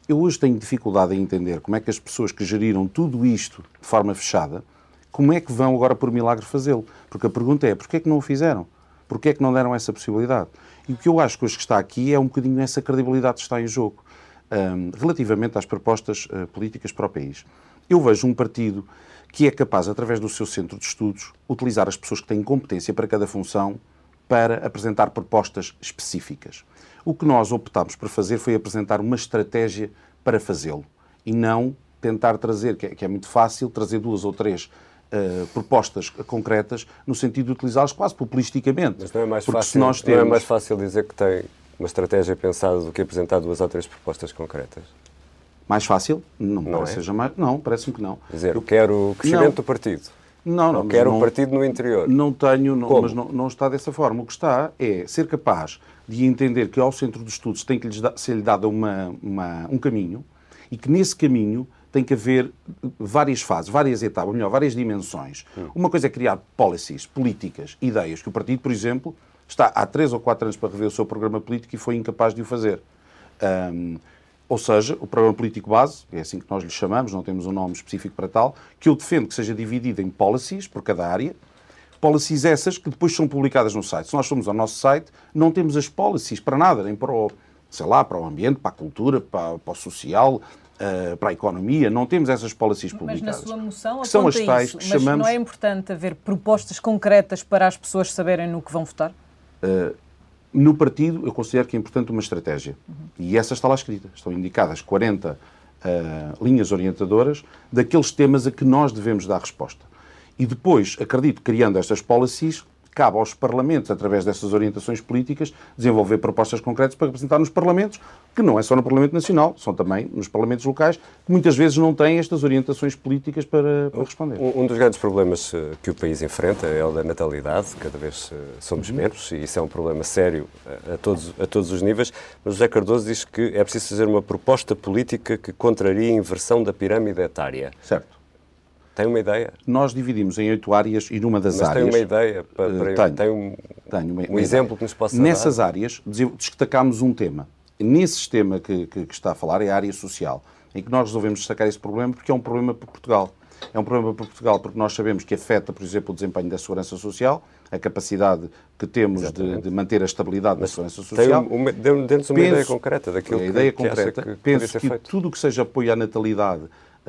eu hoje tenho dificuldade em entender como é que as pessoas que geriram tudo isto de forma fechada, como é que vão agora por milagre fazê-lo? Porque a pergunta é, porquê é que não o fizeram? Porquê é que não deram essa possibilidade? E o que eu acho que hoje que está aqui é um bocadinho essa credibilidade que está em jogo, um, relativamente às propostas uh, políticas para o país. Eu vejo um partido que é capaz, através do seu centro de estudos, utilizar as pessoas que têm competência para cada função para apresentar propostas específicas. O que nós optámos por fazer foi apresentar uma estratégia para fazê-lo e não tentar trazer, que é, que é muito fácil, trazer duas ou três uh, propostas concretas no sentido de utilizá-las quase populisticamente. Mas não é mais Porque fácil, se nós temos... não é mais fácil dizer que tem uma estratégia pensada do que apresentar duas ou três propostas concretas? Mais fácil? Não, Não parece é? seja mais... Não, parece-me que não. Dizer, Eu quero o crescimento Não. do partido. Não, Não não, quero não, um partido no interior. Não tenho, não, Como? mas não, não está dessa forma. O que está é ser capaz de entender que ao centro de estudos tem que lhes da, ser-lhe dado uma, uma, um caminho e que nesse caminho tem que haver várias fases, várias etapas, ou melhor, várias dimensões. Hum. Uma coisa é criar policies, políticas, ideias, que o partido, por exemplo, está há três ou quatro anos para rever o seu programa político e foi incapaz de o fazer. Um, Ou seja, o programa político base, é assim que nós lhe chamamos, não temos um nome específico para tal, que eu defendo que seja dividido em policies por cada área, policies essas que depois são publicadas no site. Se nós formos ao nosso site, não temos as policies para nada, nem para o, sei lá, para o ambiente, para a cultura, para, para o social, uh, para a economia, não temos essas policies publicadas. Mas na sua moção que são as tais isso, que mas chamamos... não é importante haver propostas concretas para as pessoas saberem no que vão votar? Uh, No partido, eu considero que é importante uma estratégia. Uhum. E essa está lá escrita. Estão indicadas quarenta uh, linhas orientadoras daqueles temas a que nós devemos dar resposta. E depois, acredito, criando estas policies, cabe aos parlamentos, através dessas orientações políticas, desenvolver propostas concretas para apresentar nos parlamentos, que não é só no Parlamento Nacional, são também nos parlamentos locais, que muitas vezes não têm estas orientações políticas para, para responder. Um, um dos grandes problemas que o país enfrenta é o da natalidade, cada vez somos uhum. menos, e isso é um problema sério a todos, a todos os níveis, mas José Cardoso diz que é preciso fazer uma proposta política que contraria a inversão da pirâmide etária. Certo. Tem uma ideia? Nós dividimos em oito áreas e numa das Mas áreas... Mas tem uma ideia? Para, para, tenho, tem um, tenho uma, um exemplo que nos possa dar? Nessas áreas, destacámos um tema. Nesse sistema que, que, que está a falar é a área social, em que nós resolvemos destacar esse problema porque é um problema para Portugal. É um problema para Portugal porque nós sabemos que afeta, por exemplo, o desempenho da segurança social, a capacidade que temos de, de manter a estabilidade Mas da segurança social. Um, um, Dê-nos uma penso, ideia concreta daquilo a que, ideia que concreta, acha que penso ser que feito. Tudo o que seja apoio à natalidade,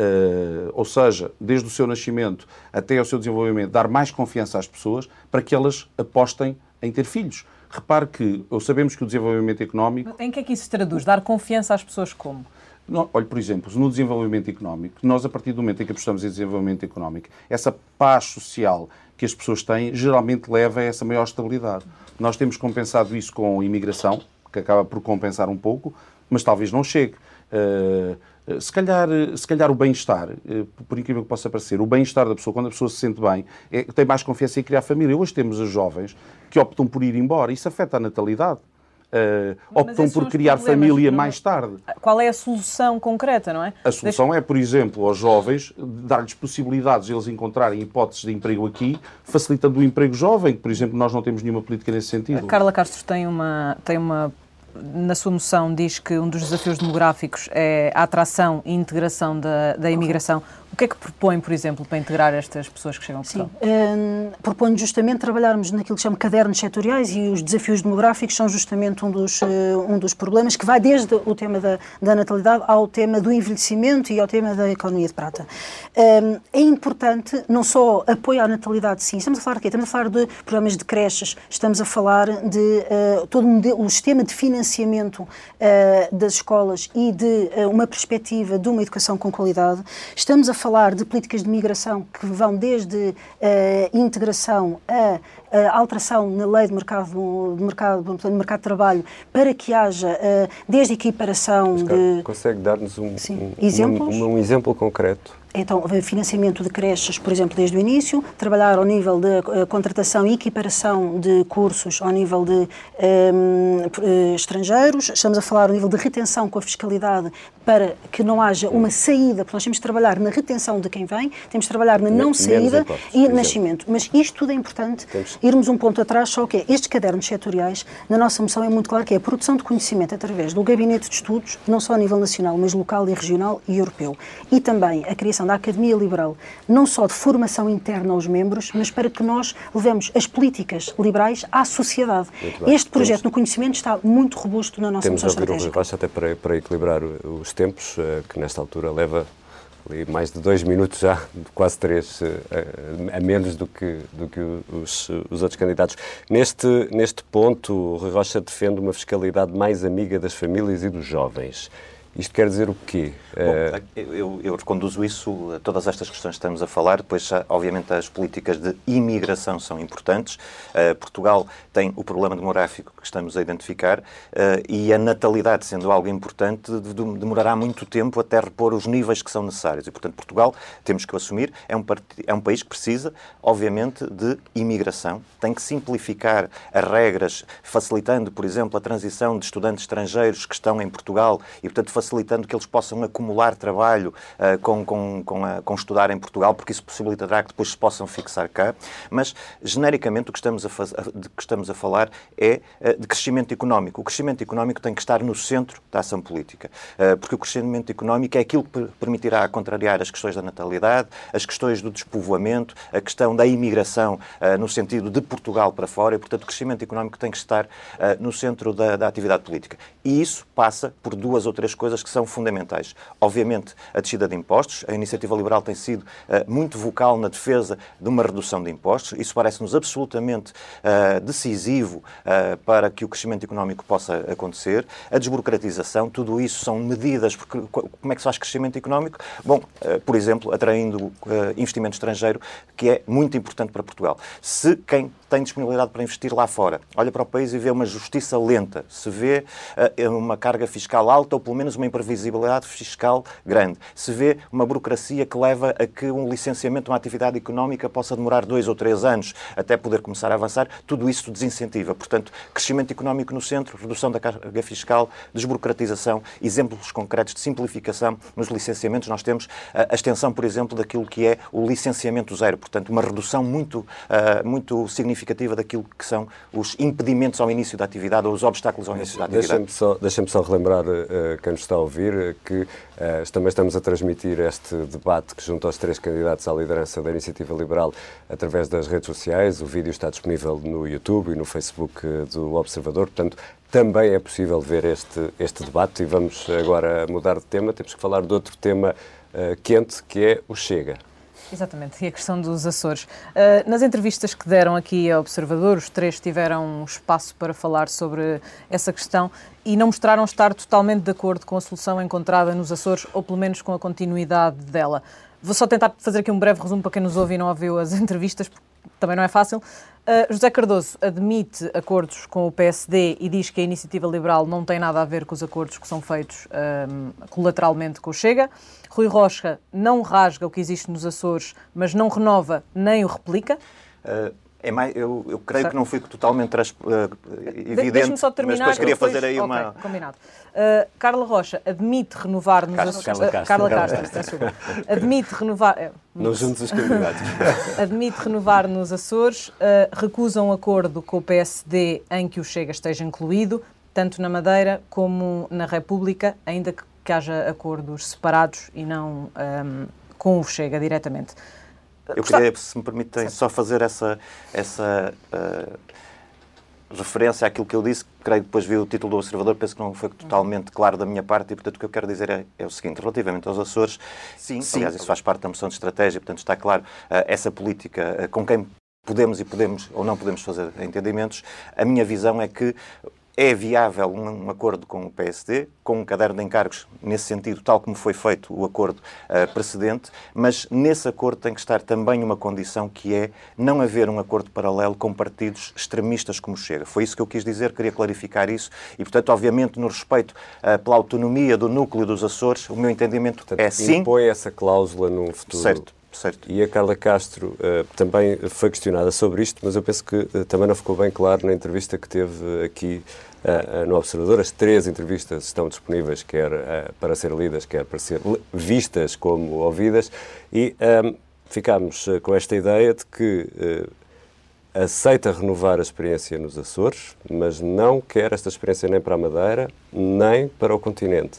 Uh, ou seja, desde o seu nascimento até ao seu desenvolvimento, dar mais confiança às pessoas para que elas apostem em ter filhos. Repare que ou sabemos que o desenvolvimento económico... Em que é que isso se traduz? Dar confiança às pessoas como? Não, olha, por exemplo, no desenvolvimento económico, nós a partir do momento em que apostamos em desenvolvimento económico, essa paz social que as pessoas têm geralmente leva a essa maior estabilidade. Nós temos compensado isso com a imigração, que acaba por compensar um pouco, mas talvez não chegue. Uh, Se calhar, se calhar o bem-estar, por incrível que possa parecer, o bem-estar da pessoa, quando a pessoa se sente bem, é, tem mais confiança em criar família. Hoje temos os jovens que optam por ir embora. Isso afeta a natalidade. Uh, optam por criar família mais tarde. Qual é a solução concreta, não é? A solução Deixa... é, por exemplo, aos jovens, dar-lhes possibilidades de eles encontrarem hipóteses de emprego aqui, facilitando o emprego jovem, que, por exemplo, nós não temos nenhuma política nesse sentido. A Carla Castro tem uma... Tem uma... Na sua moção diz que um dos desafios demográficos é a atração e integração da, da imigração. O que é que propõe, por exemplo, para integrar estas pessoas que chegam a Portugal? Sim, um, proponho justamente trabalharmos naquilo que se chama cadernos setoriais e os desafios demográficos são justamente um dos, uh, um dos problemas que vai desde o tema da, da natalidade ao tema do envelhecimento e ao tema da economia de prata. Um, é importante não só apoio à natalidade, sim, estamos a falar de quê? Estamos a falar de programas de creches, estamos a falar de uh, todo o sistema de financiamento uh, das escolas e de uh, uma perspectiva de uma educação com qualidade. Estamos a falar de políticas de migração que vão desde uh, integração a uh, alteração na lei de mercado, de mercado, de mercado de trabalho para que haja uh, desde equiparação Mas, de... Consegue dar-nos um, Sim, um, exemplos? Um, um exemplo concreto? então, financiamento de creches, por exemplo, desde o início, trabalhar ao nível de uh, contratação e equiparação de cursos ao nível de um, estrangeiros, estamos a falar ao nível de retenção com a fiscalidade para que não haja uma saída, porque nós temos de trabalhar na retenção de quem vem, temos de trabalhar na não saída e nascimento. Mas isto tudo é importante, temos... irmos um ponto atrás, só que é, estes cadernos setoriais, na nossa moção é muito claro que é a produção de conhecimento através do gabinete de estudos, não só a nível nacional, mas local e regional e europeu. E também a criação da Academia Liberal, não só de formação interna aos membros, mas para que nós levemos as políticas liberais à sociedade. Este projeto temos... no conhecimento está muito robusto na nossa Temos moção estratégica. Temos a ouvir o Rui Rocha até para, para equilibrar os tempos, que nesta altura leva ali mais de dois minutos já, quase três, a menos do que, do que os, os outros candidatos. Neste, neste ponto, o Rui Rocha defende uma fiscalidade mais amiga das famílias e dos jovens. Isto quer dizer o quê? Bom, eu, eu reconduzo isso a todas estas questões que estamos a falar. Depois, obviamente, as políticas de imigração são importantes. Uh, Portugal tem o problema demográfico que estamos a identificar uh, e a natalidade, sendo algo importante, de, de, demorará muito tempo até repor os níveis que são necessários. E, portanto, Portugal, temos que o assumir, é um, é um país que precisa, obviamente, de imigração. Tem que simplificar as regras, facilitando, por exemplo, a transição de estudantes estrangeiros que estão em Portugal e, portanto, facilitando que eles possam acumular trabalho uh, com, com, com, a, com estudar em Portugal, porque isso possibilitará que depois se possam fixar cá. Mas, genericamente, o que estamos a, faz, de que estamos a falar é uh, de crescimento económico. O crescimento económico tem que estar no centro da ação política, uh, porque o crescimento económico é aquilo que permitirá contrariar as questões da natalidade, as questões do despovoamento, a questão da imigração uh, no sentido de Portugal para fora, e, portanto, o crescimento económico tem que estar uh, no centro da, da atividade política. E isso passa por duas ou três coisas que são fundamentais. Obviamente, a descida de impostos. A Iniciativa Liberal tem sido uh, muito vocal na defesa de uma redução de impostos. Isso parece-nos absolutamente uh, decisivo uh, para que o crescimento económico possa acontecer. A desburocratização, tudo isso são medidas, porque como é que se faz crescimento económico? Bom, uh, por exemplo, atraindo uh, investimento estrangeiro, que é muito importante para Portugal. Se quem tem disponibilidade para investir lá fora olha para o país e vê uma justiça lenta, se vê uh, uma carga fiscal alta ou pelo menos uma imprevisibilidade fiscal grande, se vê uma burocracia que leva a que um licenciamento de uma atividade económica possa demorar dois ou três anos até poder começar a avançar, tudo isso desincentiva. Portanto, crescimento económico no centro, redução da carga fiscal, desburocratização, exemplos concretos de simplificação nos licenciamentos. Nós temos a extensão, por exemplo, daquilo que é o licenciamento zero, portanto, uma redução muito, uh, muito significativa daquilo que são os impedimentos ao início da atividade ou os obstáculos ao início da atividade. Deixem-me só, deixem-me só relembrar uh, quem nos está a ouvir que uh, também estamos a transmitir este debate que junta os três candidatos à liderança da Iniciativa Liberal através das redes sociais. O vídeo está disponível no YouTube e no Facebook do Observador, portanto, também é possível ver este, este debate. E vamos agora mudar de tema, temos que falar de outro tema uh, quente, que é o Chega. Exatamente, e a questão dos Açores. Uh, nas entrevistas que deram aqui ao Observador, os três tiveram espaço para falar sobre essa questão e não mostraram estar totalmente de acordo com a solução encontrada nos Açores, ou pelo menos com a continuidade dela. Vou só tentar fazer aqui um breve resumo para quem nos ouve e não ouviu as entrevistas, porque também não é fácil. Uh, José Cardoso admite acordos com o P S D e diz que a Iniciativa Liberal não tem nada a ver com os acordos que são feitos um, colateralmente com o Chega. Rui Rocha não rasga o que existe nos Açores, mas não renova nem o replica. Uh... É mais, eu, eu creio certo. que não fui totalmente trans, uh, evidente, Deixe-me só terminar, mas depois queria depois, fazer aí okay, uma... Combinado. Uh, Carla Rocha admite renovar nos Açores... Carla Castro. Carla Castro, Carla Castro admite renovar... É, não juntos os candidatos. Admite renovar nos Açores, uh, recusa um acordo com o P S D em que o Chega esteja incluído, tanto na Madeira como na República, ainda que, que haja acordos separados e não um, com o Chega diretamente. Eu queria, se me permitem, só fazer essa, essa uh, referência àquilo que eu disse, creio que depois vi o título do Observador, penso que não foi totalmente claro da minha parte e, portanto, o que eu quero dizer é, é o seguinte, relativamente aos Açores, sim, sim, aliás, isso faz parte da moção de estratégia, portanto, está claro, uh, essa política uh, com quem podemos e podemos ou não podemos fazer entendimentos, a minha visão é que é viável um, um acordo com o P S D, com um caderno de encargos, nesse sentido, tal como foi feito o acordo uh, precedente, mas nesse acordo tem que estar também uma condição que é não haver um acordo paralelo com partidos extremistas como Chega. Foi isso que eu quis dizer, queria clarificar isso e, portanto, obviamente, no respeito uh, pela autonomia do núcleo dos Açores, o meu entendimento portanto, é sim. Impõe essa cláusula num futuro. Certo. Certo. E a Carla Castro uh, também foi questionada sobre isto, mas eu penso que uh, também não ficou bem claro na entrevista que teve aqui uh, uh, no Observador. As três entrevistas estão disponíveis, quer uh, para ser lidas, quer para ser vistas como ouvidas, e um, ficámos uh, com esta ideia de que uh, aceita renovar a experiência nos Açores, mas não quer esta experiência nem para a Madeira, nem para o continente.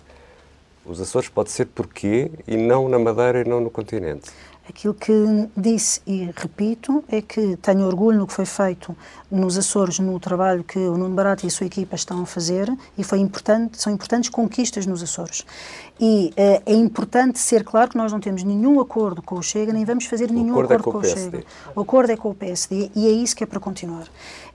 Os Açores pode ser porquê e não na Madeira e não no continente? Aquilo que disse e repito é que tenho orgulho no que foi feito nos Açores, no trabalho que o Nuno Barata e a sua equipa estão a fazer, e foi importante, são importantes conquistas nos Açores. E uh, é importante ser claro que nós não temos nenhum acordo com o Chega, nem vamos fazer nenhum acordo, acordo com, com o Chega. O acordo é com o P S D e é isso que é para continuar.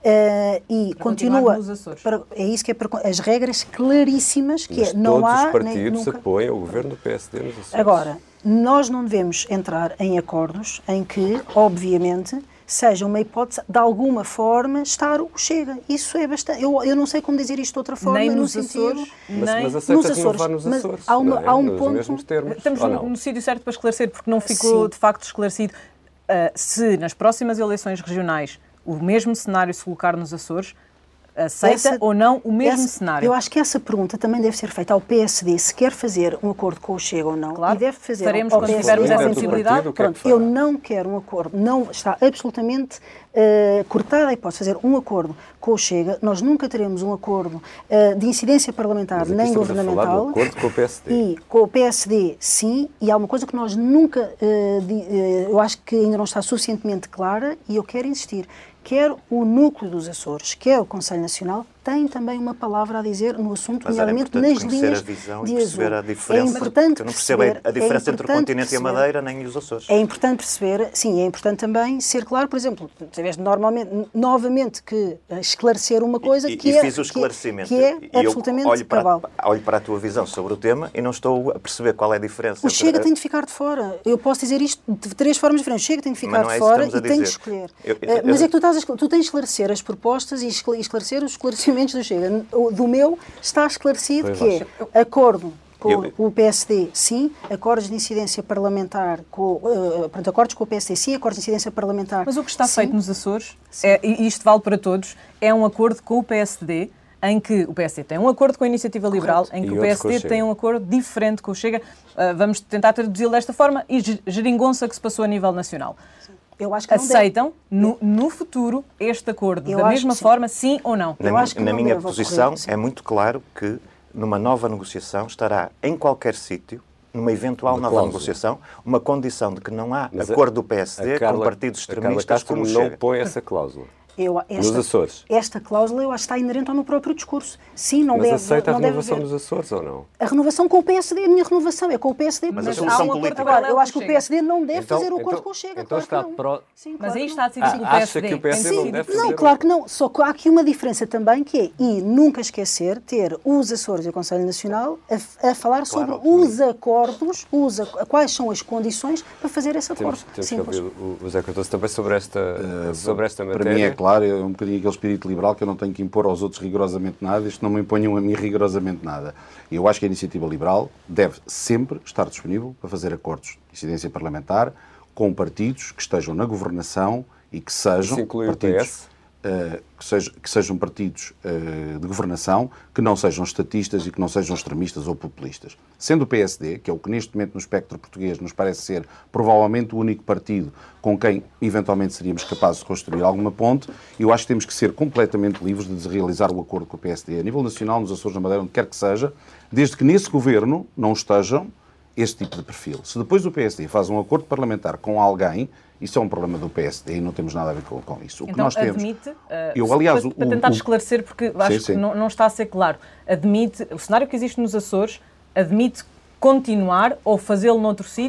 Uh, e para continua nos Açores. Para, é isso que é para as regras claríssimas que Mas é, não todos há os partidos nem, nunca... apoiam o governo do P S D nos Açores. Agora, nós não devemos entrar em acordos em que, obviamente, seja uma hipótese de alguma forma estar o Chega. Isso é bastante... Eu, eu não sei como dizer isto de outra forma. Nem no nos sentido, Açores, Mas, nem mas aceita nos renovar Açores. nos Mas Açores, há, uma, não é? há um nos ponto... mesmos termos. Estamos ou no, não? no sítio certo para esclarecer, porque não ficou Sim. de facto esclarecido. Uh, se nas próximas eleições regionais o mesmo cenário se colocar nos Açores, aceita Essa, ou não o mesmo essa, cenário? Eu acho que essa pergunta também deve ser feita ao P S D, se quer fazer um acordo com o Chega ou não. Claro, e deve fazer faremos ao quando P S D. tivermos essa Líder do sensibilidade. partido, o que é que Pronto, fará? eu não quero um acordo, não está absolutamente uh, cortada a hipótese de fazer um acordo com o Chega. Nós nunca teremos um acordo uh, de incidência parlamentar Mas aqui nem estamos a falar governamental. do acordo com o P S D. E com o P S D, sim, e há uma coisa que nós nunca, uh, de, uh, eu acho que ainda não está suficientemente clara, e eu quero insistir. Quer o núcleo dos Açores, quer o Conselho Nacional, tem também uma palavra a dizer no assunto, Mas era nomeadamente importante nas conhecer linhas a visão de e perceber azul. a diferença. É importante eu não percebo perceber, a diferença é entre o continente perceber, e a Madeira, nem os Açores. É importante perceber, sim, é importante também ser claro, por exemplo, tiveste normalmente, novamente que esclarecer uma coisa e, que e é, fiz o esclarecimento. que é, que é e absolutamente eu olho para, cabal. olho para a tua visão sobre o tema e não estou a perceber qual é a diferença. O entre Chega a... tem de ficar de fora. Eu posso dizer isto de três formas diferentes. O Chega tem de ficar Mas não é de isso que fora estamos a e tem de dizer. escolher. Eu- eu- Eh, Mas eu- é que tu, estás a, escl- tu tens de esclarecer as propostas e escl- esclarecer os esclarecimentos do Chega. O- Do meu está esclarecido Pois que é acordo com Eu- o P S D, sim, acordos de incidência parlamentar, com, uh, portanto, acordos com o P S D, sim, acordos de incidência parlamentar. Mas o que está sim. feito nos Açores, é, e isto vale para todos, é um acordo com o P S D, em que o P S D tem um acordo com a Iniciativa Liberal, em que E o P outro S com o D Chega. tem um acordo diferente com o Chega. Uh, vamos tentar traduzi-lo desta forma, e ge- geringonça que se passou a nível nacional. Eu acho que não deve. Aceitam, no, no futuro, este acordo Eu da acho mesma que sim. forma, sim ou não? Na, Eu mi- acho que na não minha deve posição ocorrer, sim. é muito claro que numa nova negociação estará em qualquer sítio, numa eventual Uma nova cláusula. negociação, uma condição de que não há Mas a- acordo do P S A D Carla- com partidos a Carla extremistas Castro como o não Chega. põe essa cláusula. Eu, Nos esta, Açores. esta cláusula eu acho que está inerente ao meu próprio discurso. Sim, não Mas deve, aceita a não deve renovação haver. dos Açores ou não? A renovação com o P S D, a minha renovação é com o P S D. Mas Mas a há solução um acordo política. paralelo Agora, eu com acho que o Chega. P S D não deve Então- fazer o acordo então- com o Chega. então claro está que não. pró- Sim, Mas claro aí que está não. decidido Ah, pelo acha P S D. que o P S D Tem não decidido. deve fazer Não, claro que não. Só que há aqui uma diferença também que é, e nunca esquecer, ter os Açores e o Conselho Nacional a, a falar sobre autonomia. os acordos, os, ac- quais são as condições para fazer esse acordo. Temos, temos que Simples. ouvir o, o Zé Cardoso também sobre esta, sobre esta matéria. Para mim é claro, é um bocadinho aquele espírito liberal que eu não tenho que impor aos outros rigorosamente nada, isto não me imponham a mim rigorosamente nada. E eu acho que a iniciativa liberal deve sempre estar disponível para fazer acordos de incidência parlamentar com partidos que estejam na governação e que sejam Isso inclui o partidos, P S? eh, que, sejam, que sejam partidos eh, de governação, que não sejam estatistas e que não sejam extremistas ou populistas. Sendo o P S D, que é o que neste momento no espectro português nos parece ser provavelmente o único partido com quem eventualmente seríamos capazes de construir alguma ponte, eu acho que temos que ser completamente livres de realizar o acordo com o P S D a nível nacional, nos Açores, na Madeira, onde quer que seja, desde que nesse governo não estejam esse tipo de perfil. Se depois o P S D faz um acordo parlamentar com alguém, isso é um problema do P S D e não temos nada a ver com, com isso. O que Então, nós temos... admite, uh, eu, aliás, para, o- para tentar o- esclarecer, porque acho Sim, sim. que não, não está a ser claro, admite, o cenário que existe nos Açores, admite continuar ou fazê-lo noutro sítio,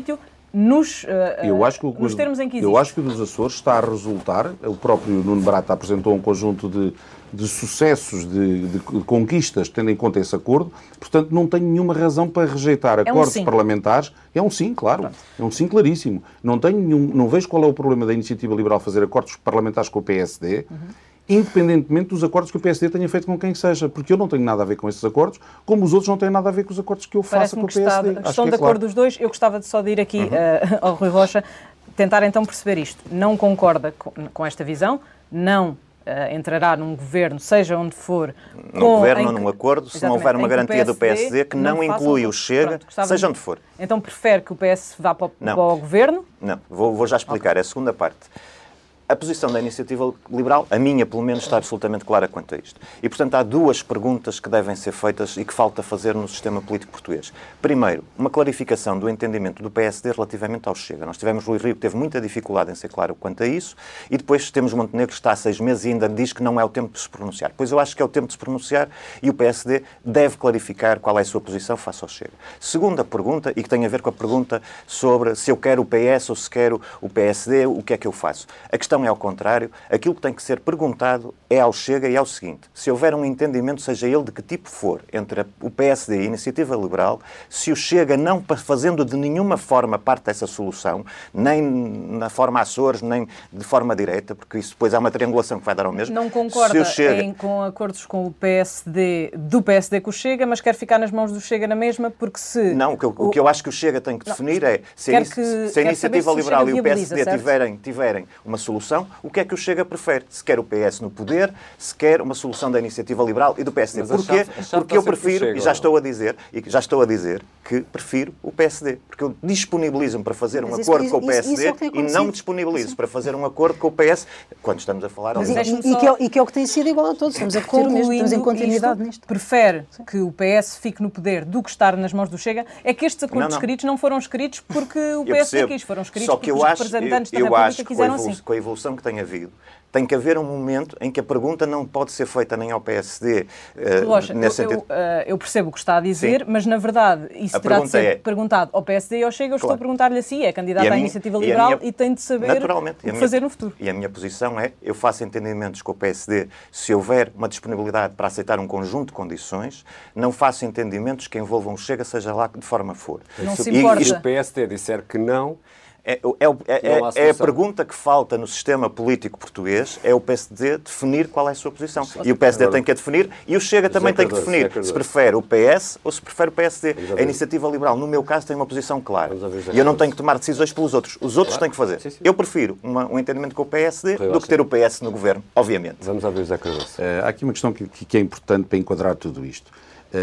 nos, uh, eu acho que o, nos termos em que existe. Eu acho que o dos Açores está a resultar, o próprio Nuno Barata apresentou um conjunto de, de sucessos, de, de, de conquistas, tendo em conta esse acordo, portanto não tenho nenhuma razão para rejeitar é acordos um parlamentares. É um sim, claro, Pronto. é um sim claríssimo. Não, tenho nenhum, não vejo qual é o problema da Iniciativa Liberal fazer acordos parlamentares com o P S D, uhum. independentemente dos acordos que o P S D tenha feito com quem seja, porque eu não tenho nada a ver com esses acordos, como os outros não têm nada a ver com os acordos que eu faça com o P S D. A questão de acordo dos dois, eu gostava de só de ir aqui uhum. uh, ao Rui Rocha, tentar então perceber isto. Não concorda com, com esta visão, não uh, entrará num governo, seja onde for... Num governo ou num acordo, se não houver uma garantia do P S D que não, não inclui o Chega, Pronto, seja onde for. Então prefere que o P S vá para o, para o governo? Não, vou, vou já explicar, okay. É a segunda parte. A posição da Iniciativa Liberal, a minha pelo menos, está absolutamente clara quanto a isto. E, portanto, há duas perguntas que devem ser feitas e que falta fazer no sistema político português. Primeiro, uma clarificação do entendimento do P S D relativamente ao Chega. Nós tivemos Rui Rio, que teve muita dificuldade em ser claro quanto a isso, e depois temos Montenegro, que está há seis meses e ainda diz que não é o tempo de se pronunciar. Pois eu acho que é o tempo de se pronunciar e o P S D deve clarificar qual é a sua posição face ao Chega. Segunda pergunta, e que tem a ver com a pergunta sobre se eu quero o P S ou se quero o P S D, o que é que eu faço? A questão é ao contrário, aquilo que tem que ser perguntado é ao Chega e é o seguinte: se houver um entendimento, seja ele de que tipo for, entre o P S D e a Iniciativa Liberal, se o Chega não fazendo de nenhuma forma parte dessa solução, nem na forma Açores, nem de forma direta, porque isso depois há uma triangulação que vai dar ao mesmo. Não concorda Chega... em, com acordos com o P S D, do P S D com o Chega, mas quer ficar nas mãos do Chega na mesma, porque se... Não, o que eu, o... O que eu acho que o Chega tem que definir não, é se, a, que, se a Iniciativa Liberal e o P S D tiverem, tiverem uma solução, o que é que o Chega prefere? Se quer o P S no poder, se quer uma solução da Iniciativa Liberal e do P S D. Porquê? A chave, a chave porque eu prefiro, Chega, e já estou a dizer, e já estou a dizer que prefiro o P S D, porque eu disponibilizo-me para fazer um mas acordo isso, com o P S D isso, isso é e não me disponibilizo para fazer um acordo com o P S quando estamos a falar... Mas, e, e, que é, e que é o que tem sido igual a todos, estamos a repetir o mesmo, estamos em continuidade nisto. Prefere Sim. que o P S fique no poder do que estar nas mãos do Chega, é que estes acordos não, não. escritos não foram escritos porque o P S D quis, foram escritos Só que porque eu os acho, representantes eu, eu da República acho quiseram que assim. Com a evolução que tem havido, tem que haver um momento em que a pergunta não pode ser feita nem ao P S D. Uh, Rocha, nesse eu, sentido. Eu, uh, eu percebo o que está a dizer, Sim. mas na verdade isso a terá de ser é... perguntado ao P S D e ao Chega. Eu claro. estou a perguntar-lhe assim, é candidato à Iniciativa Liberal e, minha... e tem de saber Naturalmente. o que minha... fazer no futuro. E a minha posição é, eu faço entendimentos com o P S D se houver uma disponibilidade para aceitar um conjunto de condições, não faço entendimentos que envolvam o Chega, seja lá de forma for. Não se importa. E se o P S D disser que não... É, é, é, é a pergunta que falta no sistema político português, é o P S D definir qual é a sua posição. E o P S D tem que a definir e o Chega também tem que definir se prefere o P S ou se prefere o P S D. A Iniciativa Liberal, no meu caso, tem uma posição clara. E eu não tenho que tomar decisões pelos outros. Os outros têm que fazer. Eu prefiro uma, um entendimento com o P S D do que ter o P S no governo, obviamente. Vamos ouvir o José Cardoso. Uh, há aqui uma questão que, que é importante para enquadrar tudo isto.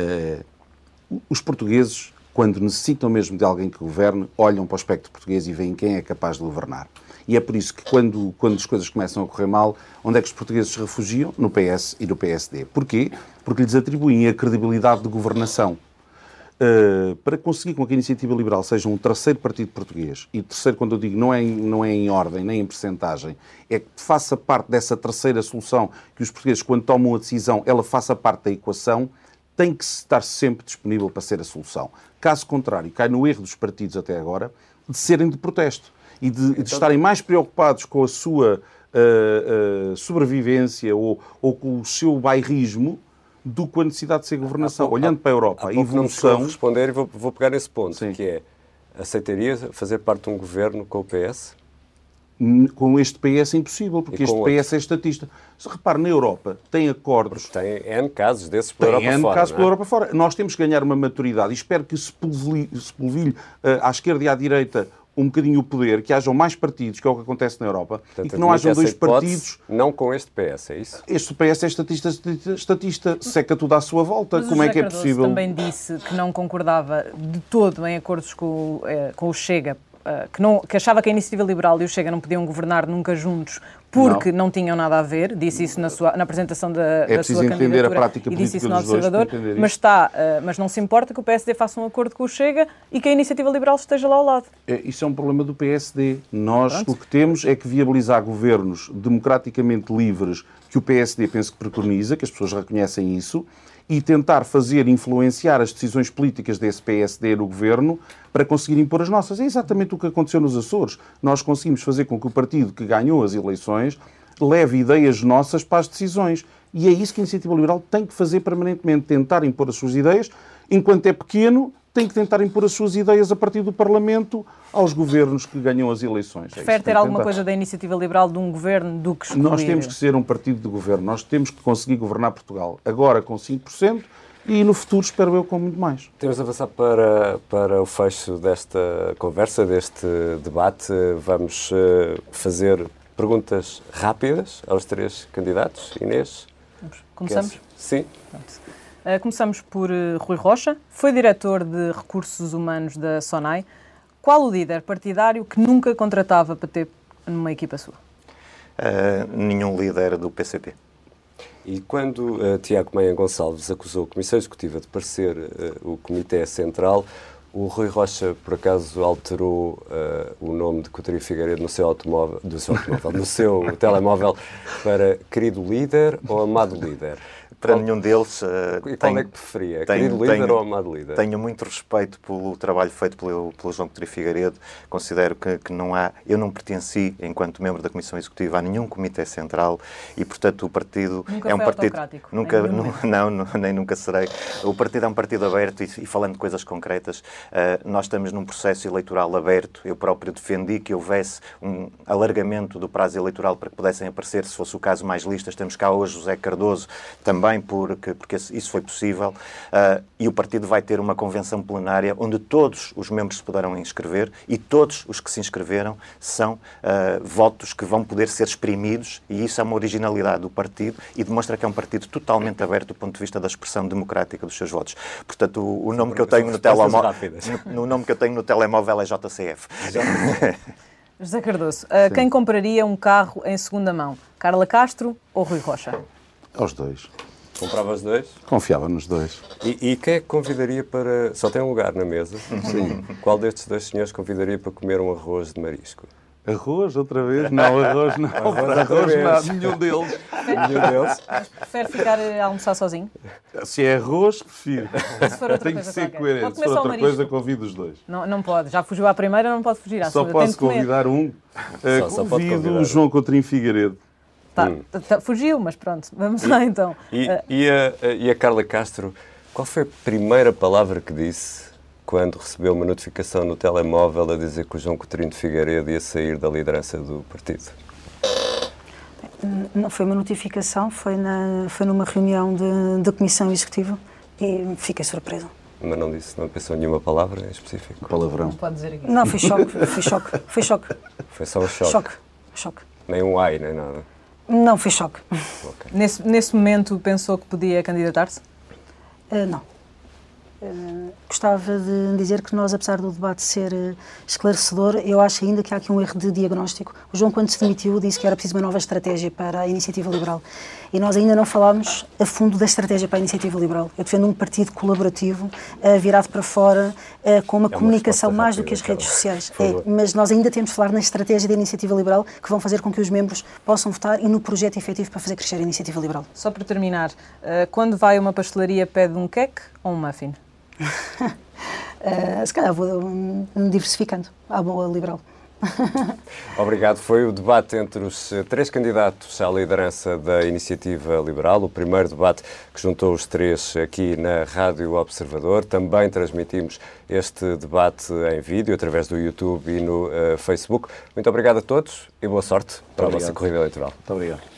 Uh, os portugueses, quando necessitam mesmo de alguém que governe, olham para o espectro português e veem quem é capaz de governar. E é por isso que quando, quando as coisas começam a correr mal, onde é que os portugueses se refugiam? No P S e no P S D. Porquê? Porque lhes atribuem a credibilidade de governação. Uh, para conseguir com que a Iniciativa Liberal seja um terceiro partido português, e terceiro, quando eu digo, não é, em, não é em ordem, nem em percentagem, é que faça parte dessa terceira solução, que os portugueses, quando tomam a decisão, ela faça parte da equação, tem que estar sempre disponível para ser a solução. Caso contrário, cai no erro dos partidos até agora de serem de protesto e de, então, de estarem mais preocupados com a sua uh, uh, sobrevivência ou, ou com o seu bairrismo do que a necessidade de ser governação. Pouco, Olhando para a Europa, a, a a evolução... Não me responder e vou, vou pegar nesse ponto, Sim. que é, aceitaria fazer parte de um governo com o P S? Com este P S é impossível, porque este P S é estatista. Se repare, na Europa tem acordos... Porque tem N casos desses pela Europa N fora. casos é? pela Europa fora. Nós temos que ganhar uma maturidade e espero que se polvilhe, se polvilhe uh, à esquerda e à direita um bocadinho o poder, que hajam mais partidos, que é o que acontece na Europa, Portanto, e que não hajam dois partidos... Não com este P S, é isso? Este P S é estatista, estatista, estatista seca tudo à sua volta. Mas como é que é Cardoso possível? Também disse que não concordava de todo em acordos com, eh, com o Chega, eh, que, não, que achava que a Iniciativa Liberal e o Chega não podiam governar nunca juntos porque não, não tinham nada a ver, disse isso na, sua, na apresentação da, é da sua entender candidatura a prática e disse isso no dos Observador, mas, está, uh, mas não se importa que o P S D faça um acordo com o Chega e que a Iniciativa Liberal esteja lá ao lado. É, isso é um problema do P S D. Nós Pronto. o que temos é que viabilizar governos democraticamente livres que o P S D penso que preconiza, que as pessoas reconhecem isso, e tentar fazer, influenciar as decisões políticas desse P S D no governo para conseguir impor as nossas. É exatamente o que aconteceu nos Açores. Nós conseguimos fazer com que o partido que ganhou as eleições leve ideias nossas para as decisões. E é isso que a Iniciativa Liberal tem que fazer permanentemente, tentar impor as suas ideias. Enquanto é pequeno, tem que tentar impor as suas ideias a partir do Parlamento aos governos que ganham as eleições. Prefere é ter alguma coisa da Iniciativa Liberal de um governo do que excluir? Nós temos que ser um partido de governo. Nós temos que conseguir governar Portugal. Agora com cinco por cento e no futuro, espero eu, com muito mais. Temos de avançar para, para o fecho desta conversa, deste debate. Vamos uh, fazer perguntas rápidas aos três candidatos. Inês? Começamos? Quer... Sim. Uh, começamos por uh, Rui Rocha. Foi diretor de Recursos Humanos da SONAI. Qual o líder partidário que nunca contratava para ter numa equipa sua? Uh, nenhum líder do P C P. E quando uh, Tiago Meia Gonçalves acusou a Comissão Executiva de parecer uh, o Comitê Central, o Rui Rocha, por acaso, alterou uh, o nome de Coutinho Figueiredo no seu automóvel, do seu automóvel, no seu telemóvel para querido líder ou amado líder? Para qual, nenhum deles. Uh, e qual tenho, é que preferia? Tenho, querido líder tenho, ou amado líder? Tenho muito respeito pelo trabalho feito pelo, pelo João Coutinho Figueiredo. Considero que, que não há... Eu não pertenci, enquanto membro da Comissão Executiva, a nenhum Comitê Central e, portanto, o partido nunca é um foi partido... autocrático. Nunca, não, não, não, nem nunca serei. O partido é um partido aberto e, e falando de coisas concretas, uh, nós estamos num processo eleitoral aberto. Eu próprio defendi que houvesse um alargamento do prazo eleitoral para que pudessem aparecer, se fosse o caso, mais listas. Temos cá hoje José Cardoso, também porque, porque isso foi possível. Uh, e o partido vai ter uma convenção plenária onde todos os membros se poderão inscrever e todos os que se inscreveram são uh, votos que vão poder ser exprimidos, e isso é uma originalidade do partido e demonstra que é um partido totalmente aberto do ponto de vista da expressão democrática dos seus votos. Portanto, o, o nome que eu tenho no telemóvel, no, no nome que eu tenho no telemóvel é J C F. José Cardoso, uh, quem compraria um carro em segunda mão? Carla Castro ou Rui Rocha? Aos dois. Comprava os dois? Confiava nos dois. E, e quem é que convidaria para... Só tem um lugar na mesa. Sim. Qual destes dois senhores convidaria para comer um arroz de marisco? Arroz, outra vez? Não, arroz não. Arroz, arroz não, nenhum deles. Nenhum deles. Mas prefere ficar a almoçar sozinho? Se é arroz, prefiro. Se for outra Tem que coisa ser qualquer. coerente. Se for outra coisa, convido os dois. Não, não pode. Já fugiu à primeira, não pode fugir à só segunda. Posso convidar um. Só, só convido o João Coutinho Figueiredo. Tá, hum. tá, fugiu, mas pronto. Vamos e, lá então. E, uh, e, a, e a Carla Castro, qual foi a primeira palavra que disse quando recebeu uma notificação no telemóvel a dizer que o João Coutinho de Figueiredo ia sair da liderança do partido? Não foi uma notificação, foi, na, foi numa reunião da Comissão Executiva e fiquei surpresa. Mas não disse, não pensou em nenhuma palavra em específico? Palavrão. Não pode dizer aqui. Não, foi choque, foi choque, foi choque. Foi só um choque? Choque, choque. Nem um ai, nem nada? Não, foi choque. Okay. Nesse, nesse momento pensou que podia candidatar-se? Uh, não. Uh, gostava de dizer que nós, apesar do debate ser uh, esclarecedor, eu acho ainda que há aqui um erro de diagnóstico. O João, quando se demitiu, disse que era preciso uma nova estratégia para a Iniciativa Liberal. E nós ainda não falámos a fundo da estratégia para a Iniciativa Liberal. Eu defendo um partido colaborativo, uh, virado para fora, uh, com uma, é uma comunicação mais rápida, do que as redes sociais. É, mas nós ainda temos de falar na estratégia da Iniciativa Liberal, que vão fazer com que os membros possam votar, e no projeto efetivo para fazer crescer a Iniciativa Liberal. Só para terminar, uh, quando vai a uma pastelaria, pede um queque ou um muffin? uh, se calhar vou um, um diversificando à boa liberal. Obbrigado. Foi o debate entre os três candidatos à liderança da Iniciativa Liberal, o primeiro debate que juntou os três aqui na Rádio Observador. Também transmitimos este debate em vídeo através do YouTube e no uh, Facebook. Muito obrigado a todos e boa sorte para a vossa corrida eleitoral. Muito obrigado.